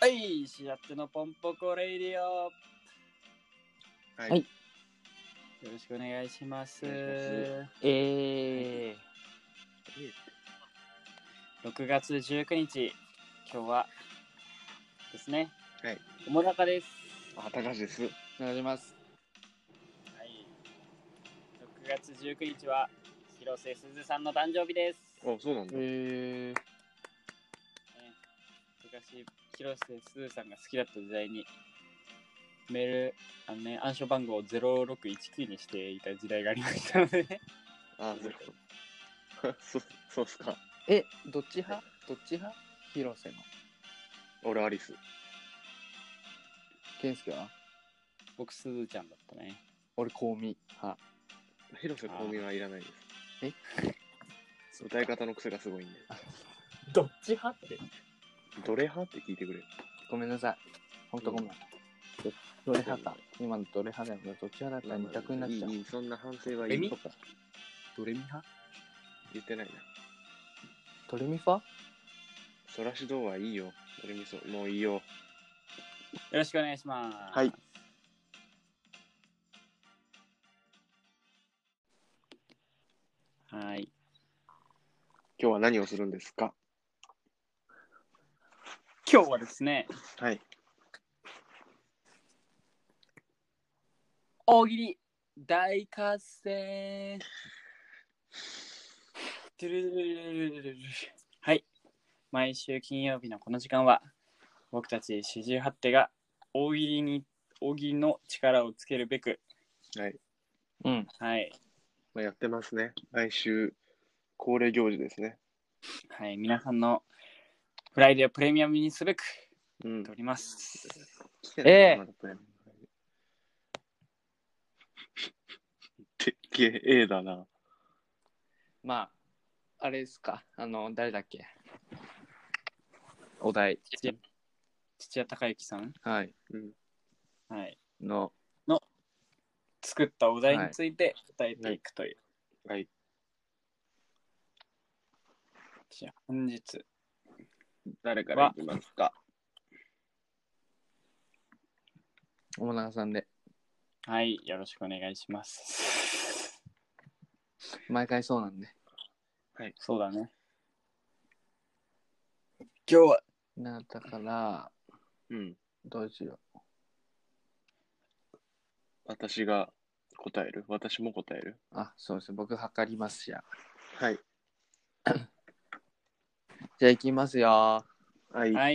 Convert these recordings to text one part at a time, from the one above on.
はい、シアットのポンポコレイディオ。 はい。 よろしくお願いします。 お願いします 6月19日、今日はですね。 はい。 友高です。 あ、高橋です。 お願いします。 はい。6月19日は広瀬すずさんの誕生日です。 あ、そうなんだ。 昔、広瀬すずさんが好きだった時代に、メール、暗証番号を0619にしていた時代がありましたのでね。 あ、ゼロ。そうっすか。 どっち派広瀬の。 俺アリス。 健介は僕、すずちゃんだったね。 俺、コウミ派。 広瀬香美はいらないです。 え歌い方の癖がすごいんで。 どっち派ってどれ派って聞いてくれ。 ごめんなさい。ほんとごめん。どれ派か。今のどれ派だよ。どっち派だったら二択になっちゃう。 いい、そんな反省はいい。 ミそっか。 ドレミ派言ってないな。 ドレミファソラシドはいいよ。ドレミソ、もういいよ。 よろしくお願いします。 はい。 はい。 今日は何をするんですか？ 今日はですね、 はい。 大喜利大合戦。トゥルルルルルルル。はい。毎週金曜日のこの時間は、僕たち四十八手が大喜利の力をつけるべく、 はい。 うん。 はい。 まあ、やってますね。来週、恒例行事ですね。 はい。皆さんのフライデーをプレミアムにすべく、 うんやっております。 来てないまだプレミアムてっけえだな。 まあ、あれですか。誰だっけお題。 土屋隆之さん、 はい。 うん。 はい、 の、 作ったお題について答えていくという。 はい。 じゃあ本日誰からいきますか？ 大永さんで。 はい、よろしくお願いします。 毎回そうなんで。 そうだね。今日はだから、 うん。 どうしよ私が答える。私も答える。 う。あ、そうです。僕、測りますじゃあ。 はい。 じゃあ、行きますよ。 はい。 はい、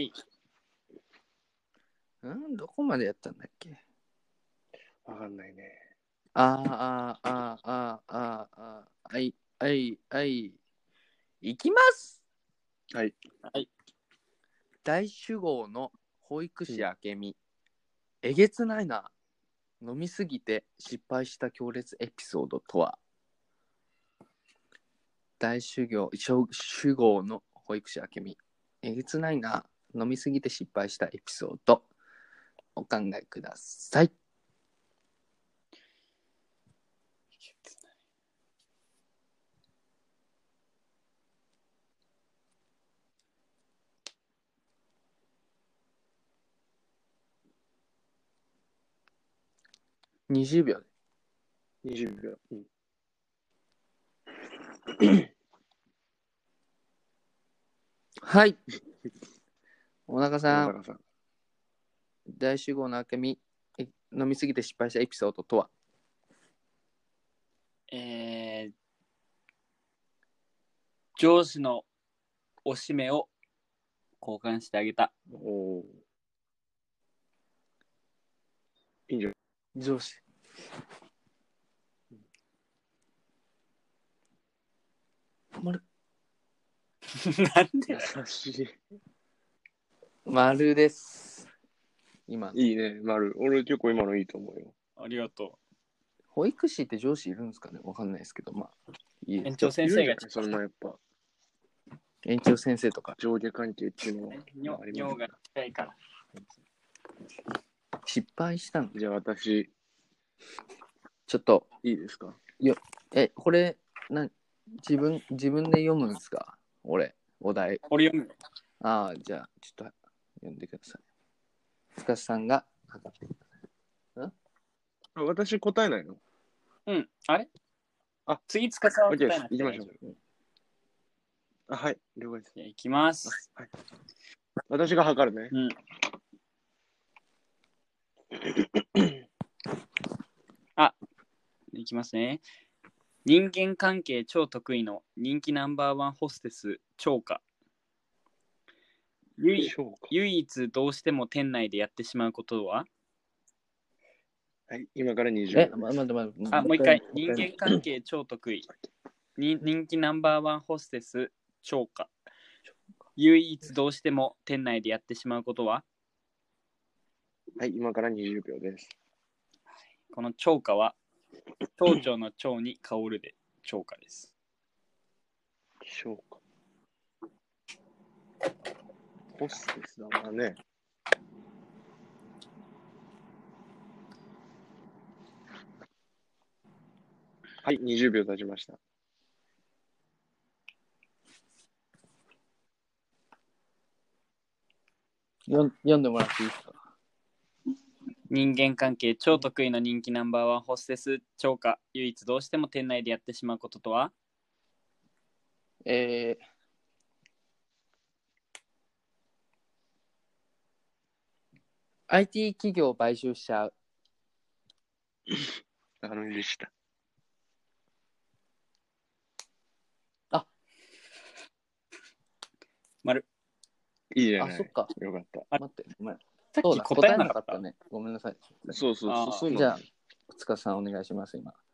どこまでやったんだっけ。 わかんないね。 はい。行きます。 はい。 はい。 大酒豪の保育士明美。えげつないな。飲みすぎて失敗した強烈エピソードとは。大酒豪の保育士明美。えげつないな。飲みすぎて失敗したエピソード。お考えください。20秒で。 20秒。うん。 はい。おなかさん、 大高さん。 大酒豪の明美。飲みすぎて失敗したエピソードとは。 上司のおしめを交換してあげた。 おー。いいんじゃない？ 上司。 なんで優しい。 丸です。今。 いいね、丸。俺結構今のいいと思うよ。 ありがと保育士って上司いるんですかね、わかんないですけど、まあ、いいうです。 園長先生がいるんじゃないそんなやっぱ園長先生とか。 上下関係っていうのはあります尿が近いから。 失敗したの。 じゃあ私、 ちょっと、 いいですか？ これ、自分で読むんですか？俺、お題。 俺読む。 ああ、じゃあ、ちょっと読んでください。 つかさんが測ってくださあ、私答えないの？ うん。あれあ、 次、つかさんは OK です。 答えなくて行きましょ大丈夫。 う。あ、はい。了解です。 じゃあ行きます。 はい。私が測るね。 うん。あ、いきますね。人間関係超得意の人気ナンバーワンホステス、超過。唯一どうしても店内でやってしまうことは？ はい。今から20 い。 秒。 待って。 あ、もう一回。人間関係超得意。人気ナンバーワンホステス、超過。唯一どうしても店内でやってしまうことは？ はい。今から20秒です。 この超過は、蝶々の蝶に香るで超過です。 消化。ホステスだからね。はい。20秒経ちました。 読んでもらっていいですか？ 人間関係超得意の人気ナンバーワンホステス、超過。唯一どうしても店内でやってしまうこととは？ IT 企業を買収しちゃう。 でした。 丸。 いいじゃない。 あ、そっか。 よかった。 待って、ごめん。 さっきそうだ、 答えなかったね。ごめんなさい。 そうそうそう、そうなの。 じゃあ、つかさんお願いします、今。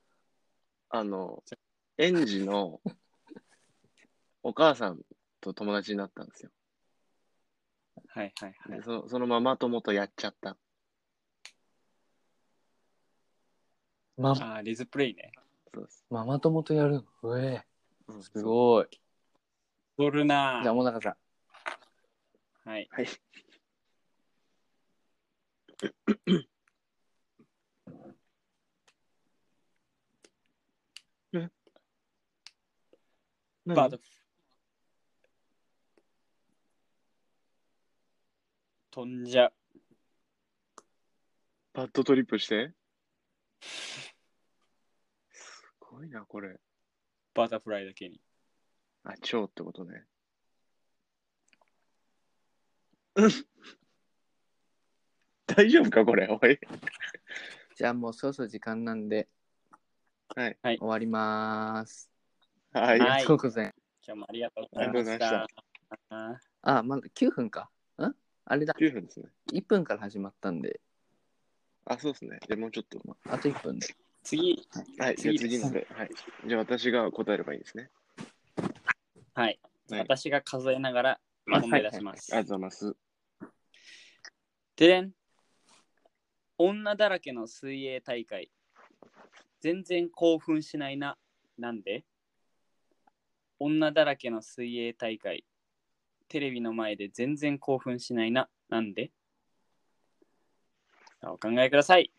園児のお母さんと友達になったんですよ。 はいはいはい。 そのママ友とやっちゃった。 リズプレイね。 そうです。 ママ友とやるの？すい。 ごい。 取るな。 じゃあ、もなかさん。 はい。 はい。 バード。飛んじゃう。 バッドトリップしてすごいな、これ。 バタフライだけに。 あ、蝶ってことね。大丈夫か、これ。おい。 じゃあ、もうそろそろ時間なんで、 はい。 終わりまーす。 はい。 ありがとうございます。 今日もありがとうございましありがとうございた。 まだ9分か。あれだ。 9分ですね。 1分から始まったんで、 あ、そうですね。でもうちょっと。 あと1分で。 次。 はい。じゃあ次です次ので。はい。じゃあ私が答えればいいですね。 はい。 はい。 私が数えながら問題出します。 ありがとうございます。 でれん。女だらけの水泳大会。全然興奮しないな。なんで？女だらけの水泳大会。テレビの前で全然興奮しないな。なんで？さあお考えください。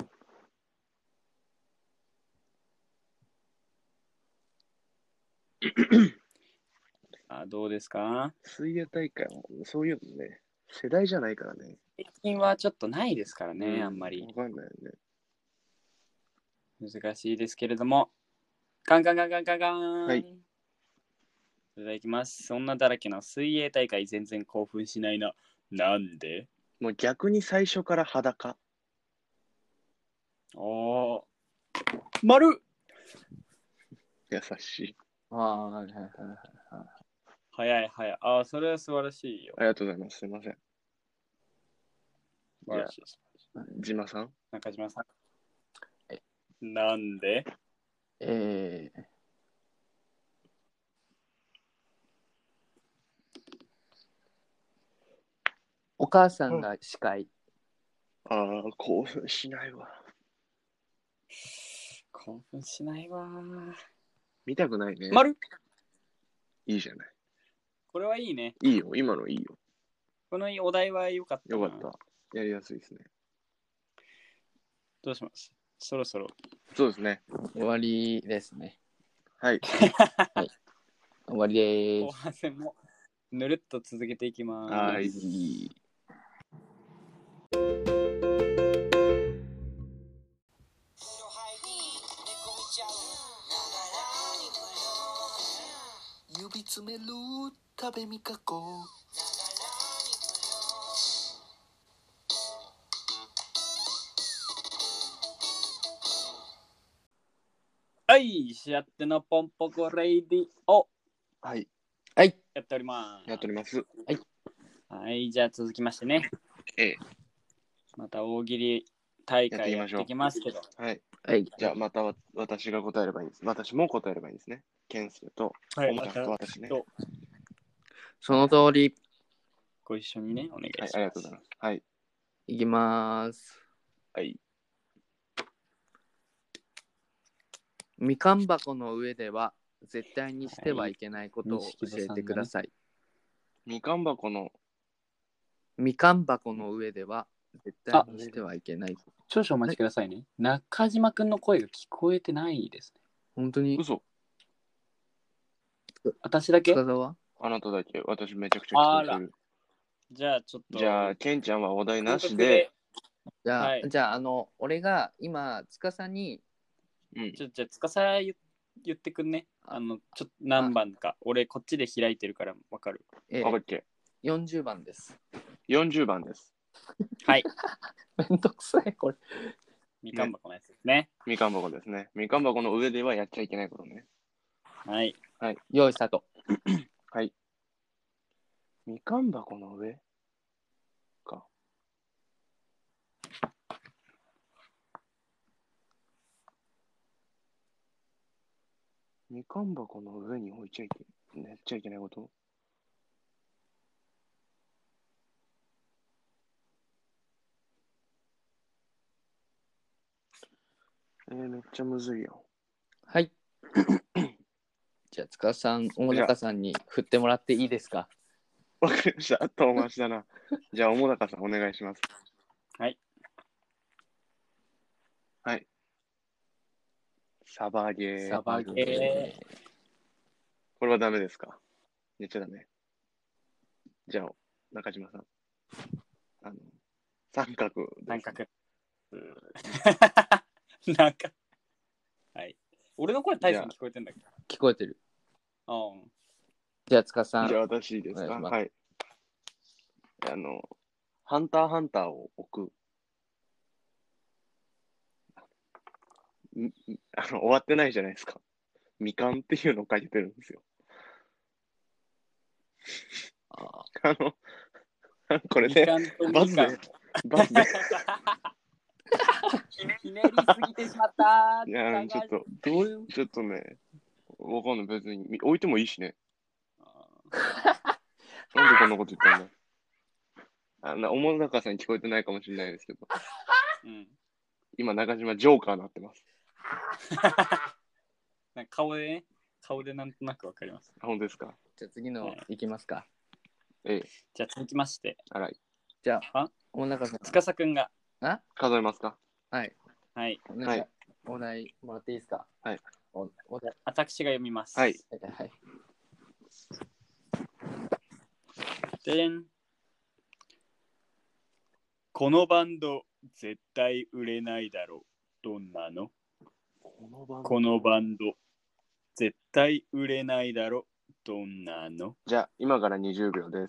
どうですか？ 水泳大会も、そういうのね、世代じゃないからね。 最近はちょっとないですからね、あんまり。 わかんないよね。 難しいですけれども。カンカンカンカンカンカン。 はい。 それではいきます。女だらけの水泳大会全然興奮しないな。なんで？ もう逆に最初から裸。 おー。丸。 優しい。 はい。 早い。それは素晴らしいよ。 ありがとうございます。すいません。 素晴らしい。 島さん。 中島さん。なんで？ お母さんが司会。 興奮しないわ。 興奮しないわ。 見たくないね。 丸。 いいじゃない。 これはいいね。 いいよ。今のいいよ。 このお題は良かったな。 よかった。やりやすいですね。 どうします？そろそろ。 そうですね。 終わりですね。 はい。 終わりで後す。 半戦もぬるっと続けていきます。 はい。 指詰める食べみかこ。 はい、しあってのポンポコレイディオはい。 はい。 やっております。 やっております。 はい、じゃあ続きましてね。また大喜利大会やっていきますけど。 はい。 はい。 じゃあまた私が答えればいいんです。私も答えればいいんですね。ケンスと、 はい、 おもちゃんと私ね。 その通り。 ご一緒にね、お願いします。 はい、ありがとうございます。はい。 いきます。 はい。 みかん箱の上では絶対にしてはいけないことを教えてください。 みかん箱の、 みかん箱の上では絶対にしてはいけない。 少々お待ちくださいね。中島くんの声が聞こえてないですね。 本当に嘘。 私だけ？ 塚田はあなただけ、私めちゃくちゃ聞こえてる。 じゃあちょっと。 じゃあ、ケンちゃんはお題なしで、 じゃあ、 はいじゃあ、俺が今、司に、 うん。 じゃあ、司言ってくんね。ちょっと何番か。俺、こっちで開いてるから分かる。 わかっけ。 40番です。 40番です。 はい。 めんどくさい、これ。 みかん箱のやつですね。 みかん箱ですね。みかん箱の上ではやっちゃいけないことね。 はい。 用意スタート。 はい。みかん箱の上か。みかん箱の上に置いちゃいけない。やっちゃいけないこと。めっちゃむずいよ。 はい。じゃあ、司さん、おもなかさんに振ってもらっていいですか？ わかりました。遠回しだな。じゃあ、おもなかさんお願いします。 はい。 はい。サバゲー。 サバゲー。 これはダメですか？言っちゃダメ。じゃあ、中島さん。三角です。 三角。なんか。はい。俺の声大勢に聞こえてんだっけ？ 聞こえてる。 うん。 じゃあ、司さん。 じゃあ、私いいですか？ お願いしますはい。ハンターハンターを置く。終わってないじゃないですか。みかんっていうのを書いてるんですよ。これで、バズで、バズで。 ひねりすぎてしまった。 いや、ちょっと、 どういうちょっとね、わかんない。別に置いてもいいしね。なんでこんなこと言ったんだ。おもなかさんに聞こえてないかもしれないですけど、 うん。 今、中島ジョーカーになってます。 なんか顔でなんとなくわかります。 本当ですか？ じゃあ、次のいきますか。 ええ。 じゃあ続きまして、 はい。 じゃああ、 おもなかさん。 司くんが、 数えますか？ はい。 はい。 なんかお題もらっていいですか？ はい。 お題。 私が読みます。 はい。 はい。 でん。このバンド絶対売れないだろう。どんなの？このバンド絶対売れないだろう。どんなの？ じゃあ、今から20秒です。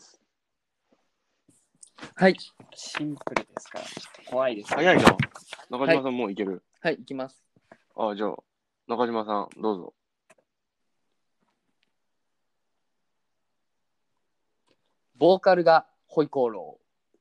はい。 シンプルですから。怖いです、ね。 早いな。中島さんもういける。 はい、いきます。 じゃあ、中島さん、どうぞ。 ボーカルがホイコーロ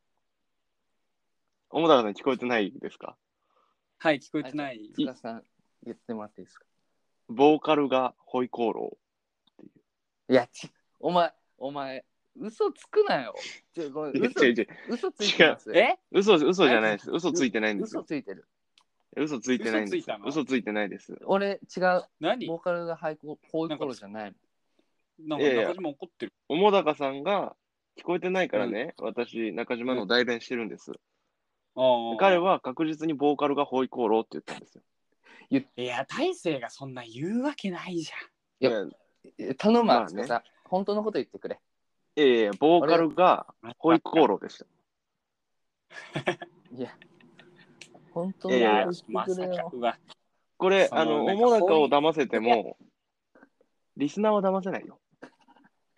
おもだかさん聞こえてないですか？ はい、聞こえてない。 ー。塚さん、言ってもらっていいですか？ ボーカルがホイコーロいや、お前、嘘つくなよ。これー。 嘘ついてます。 嘘じゃないです。嘘ついてないんですよ。 嘘ついてる。 嘘ついてないんです。嘘ついてないです。 俺、違う。 何？ ボーカルがホイコーローじゃないなんか中島怒ってる。 おもだかさんが聞こえてないからね、私、中島の代弁してるんです。彼は確実にボーカルがホイコーローって言ったんですよ。 いや、大勢がそんな言うわけないじゃん。 いや、頼むわ、 ね、 さ、本当のこと言ってくれ。 ボーカルがホイコーローでした。 いや、本当のこと言ってまさか。 これ、おもだかを騙せても、リスナーは騙せないよ。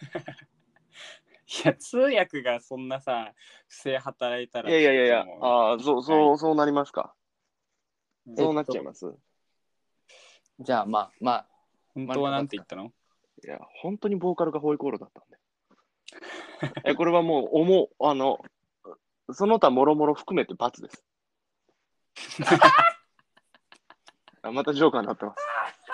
いや、通訳がそんなさ、不正働いたら。 いや、そうなりますか。 うんそうなっちゃいます。 じゃあまあ、 本当はなんて言ったの？ いや、本当にボーカルがホイコーローだったんで。これはもう、その他もろもろ含めて×です。またジョーカーになってます。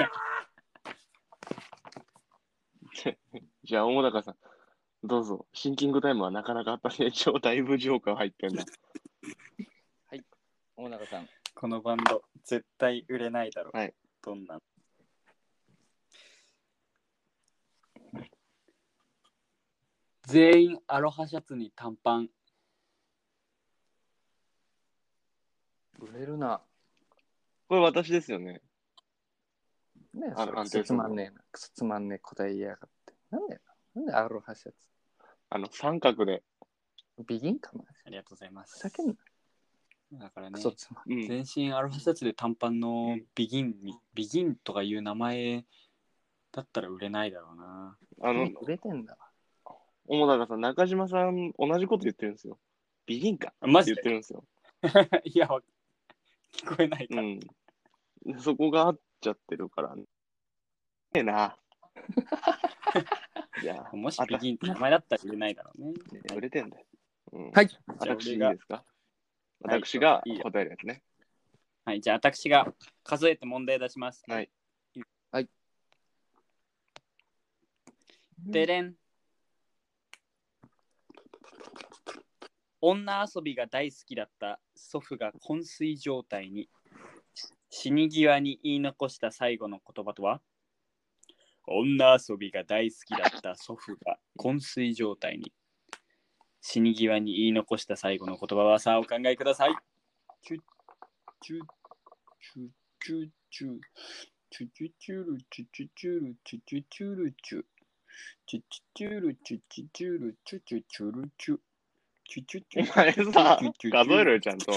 じゃあ、桃高さん、どうぞ。シンキングタイムはなかなかあったね。だいぶジョーカー入ってんだ。 大永さん。 このバンド、絶対売れないだろう。 はい。 どんな。全員アロハシャツに短パン。 売れるな。 これ私ですよね。 ねえ、 安定するつまんねえな。くそつまんねえ答え言いやがって。なんでアロハシャツ三角で。 ビギンかな。 ありがとうございます。 ふざけんな。 だからね、 くそつまんね全身アロハシャツで短パンのビギンとかいう名前だったら売れないだろうな。 売れてんだわ。 桃高さん、中島さん、同じこと言ってるんですよ。ビギンかって言マジでってるんですよ。 いや、聞こえないから。 うん。そこが合っちゃってるからね。ええな。いや、 もしビギンって名前だったら売れないだろうね。 売れてんだよ。 はい。 私いいですか？私が答えるやつね。 はい、じゃあ私が数えて問題出します。 はい。 はい。 でれん。女遊びが大好きだった祖父が昏睡状態に、死に際に言い残した最後の言葉とは？女遊びが大好きだった祖父が昏睡状態に、死に際に言い残した最後の言葉は？さあお考えください。チュッチュッチュッチュッチュッチュチュチュルチュチュチュルチュチュチュルチュチュチュチュルチュチュチュルチュチュチュルチュチュチュチュお前さ、数えろよ、ちゃんと。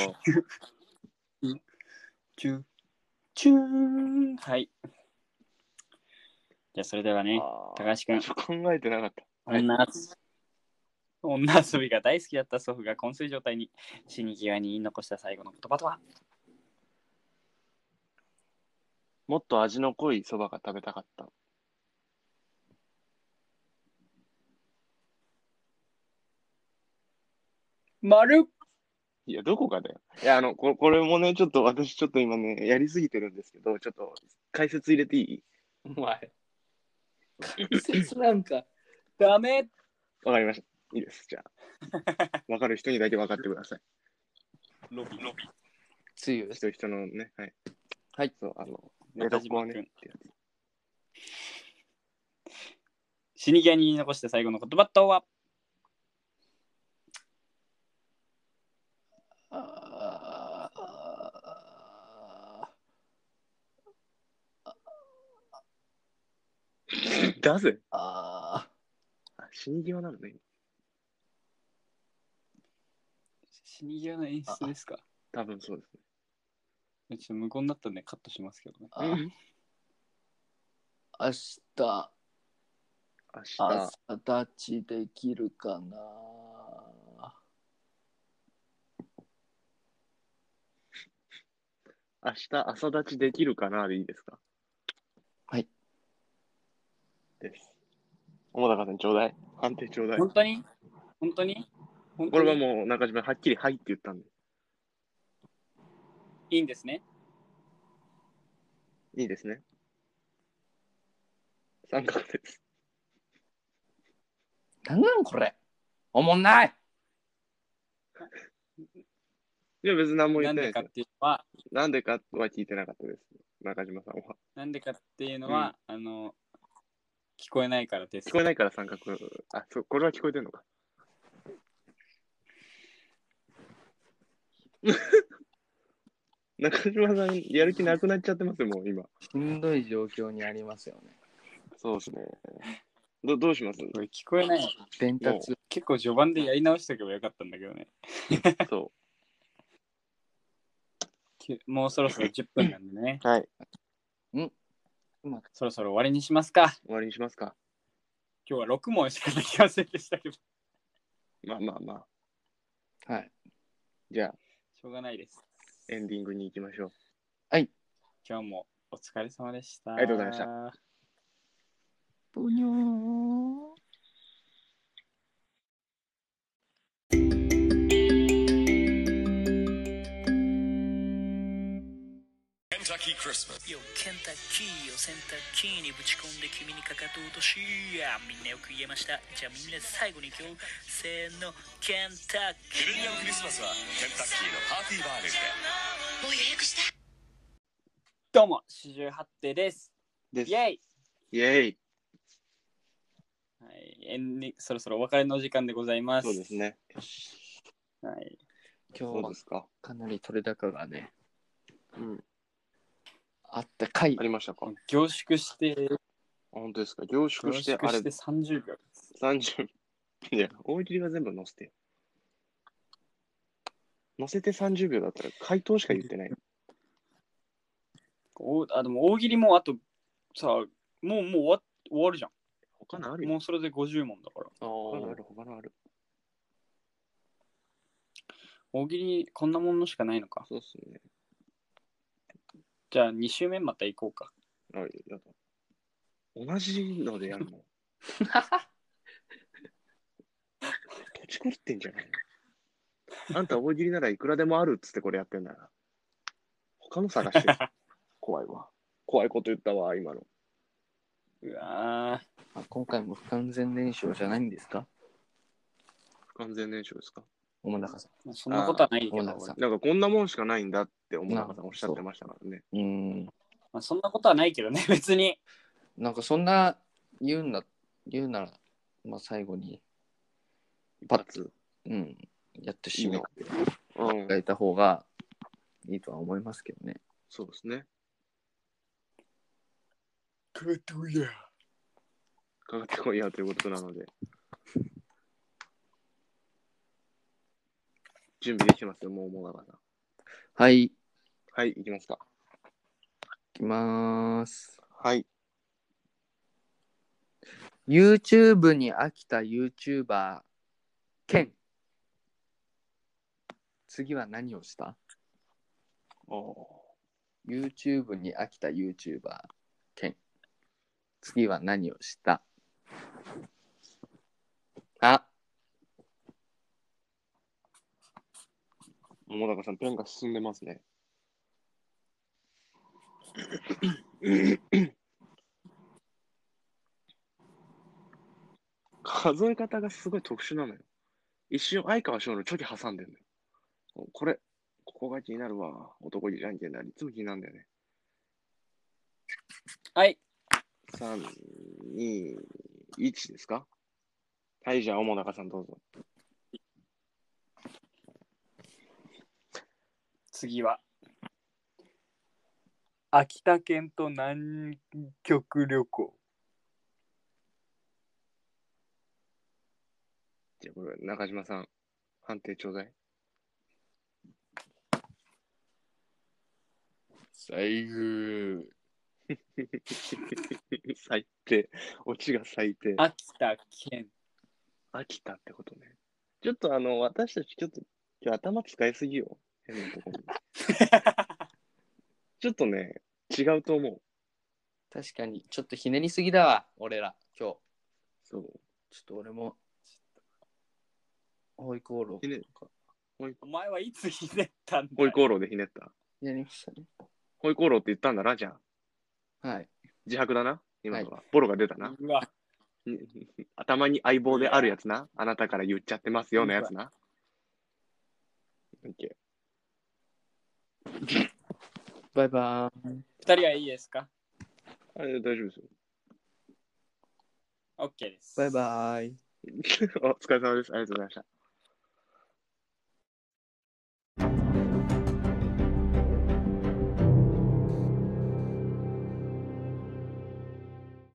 チュチューン。はい。じゃあそれではね、高橋くん。 考えてなかった。 女遊びが大好きだった祖父が昏睡状態に、死に際に言い残した最後の言葉とは？ もっと味の濃いそばが食べたかった。 丸。 いや、どこかだよ。いや、これもね、私ちょっと今ね、やりすぎてるんですけど、ちょっと解説入れていい？ お前。解説なんか。 ダメ。 わかりました。いいです。じゃあ、わかる人にだけ分かってください。 ロビー。 つゆ。 人のね、はい。 はい。 そう、寝床はね、ってやつ。 死に際に言い残した最後の言葉とは？ だぜ。 死に際なのね。 死に際の演出ですか？ 多分そうですね。ちょっと無言になったんでカットしますけどね。 明日立ちできるかな。 明日朝立ちできるかなでいいですか？ はい。 です。桃高さんちょうだい。判定ちょうだい。 本当にこれはもう中島はっきりはいって言ったんで。 いいんですね。 いいですね。三角です。 なんこれおもんない。 いや別に何も言ってないですよ。 なんでかっていうのは、 なんでかは聞いてなかったです。中島さんは。 なんでかっていうのは、聞こえないからです。 聞こえないから三角。これは聞こえてんのか。中島さん、やる気なくなっちゃってますよ、もう今。 しんどい状況にありますよね。 そうですね。どうします？ これ聞こえない。 伝達。 結構序盤でやり直しておけばよかったんだけどね。 そう。 もうそろそろ10分なんでね。 はい。 そろそろ終わりにしますか。 終わりにしますか。 今日は6問しかできませんでしたけど。 まあまあまあ。 はい。 じゃあ、 しょうがないです。 エンディングに行きましょう。 今日もお疲れ様でした。 ありがとうございました。 ぷにょー。 よケンタッキーを洗濯機にぶち込んで君にかかと落とし、みんなよく言えました。じゃあみんなで最後に今日せーの、ケンタッキー。 プレミアムクリスマスはケンタッキーのパーティーバーレルで。 もう予約した。 どうも、四十八手です。 です。 イェイ、 イェイ。 はい、そろそろお別れの時間でございます。 そうですね。 はい、 今日はそうですか。 かなり取れ高がね、 うん。 あったかいあ。りましたか。 凝縮して本当ですか。凝縮してあれ 30秒です。 30。いや、大喜利は全部載せてよ。載せて30秒だったら回答しか言ってない。 でも大喜利もあとさ、もう終わるじゃん。 他のあるよ。 もうそれで50問だから。 他のある、他のある。 大喜利こんなものしかないのか。 そうっすね。 じゃあ2週目また行こうか。 あ、やだ。同じのでやるの。土地狂ってんじゃないの。あんた大喜利ならいくらでもあるっつってこれやってんだな。他の探してる。怖いわ。怖いこと言ったわ、今の。 うわ今回も不完全燃焼じゃないんですか、 不完全燃焼ですか。 おもなかさん。 そんなことはないけど、 あーなんかこんなもんしかないんだっておもなかさんおっしゃってましたからね。 そんなことはないけどね、別に。 なんかそんな言うなら、まあ最後にパッと、やって締めてうん。 やった方がいいとは思いますけどね。 そうですね。 かかってこいや。 かかってこいやということなので。準備できてますよ、もう、もなかさん。 はい。 はい、いきますか。 いきまーす。 はい。 YouTube に飽きた YouTuber ケン。次は何をした？ YouTube に飽きた YouTuber ケン。次は何をした？あ、 もなかさん、ペンが進んでますね。数え方がすごい特殊なのよ。一瞬、相川翔のチョキ挟んでんのよ。ここが気になるわ。男気じゃんけんなり。いつも気になるんだよね。 はい。 3、2、1ですか？はい、じゃあ、おもなかさんどうぞ。 次は、秋田県と南極旅行。 じゃあ、これ、中島さん、判定ちょうだい。 最後。 最低。オチが最低。 秋田県。 秋田ってことね。ちょっと私たちちょっと今日頭使いすぎよ。変なところに。ちょっとね、違うと思う。 確かに、ちょっとひねりすぎだわ、俺ら、今日。 そう。 ちょっと俺も、ホイコーロー。 お前はいつひねったんだよ。 ホイコーローでひねった。 やりましたね。 ホイコーローって言ったんだな、じゃあ。 はい。 自白だな、今のは。ボロが出たな。 うわ。 頭に相棒であるやつな。あなたから言っちゃってますよのやつな。OK。 バイバーイ。 2人はいいですか？ 大丈夫ですよ。 OK です。 バイバーイ。 お疲れ様です。ありがとうございました。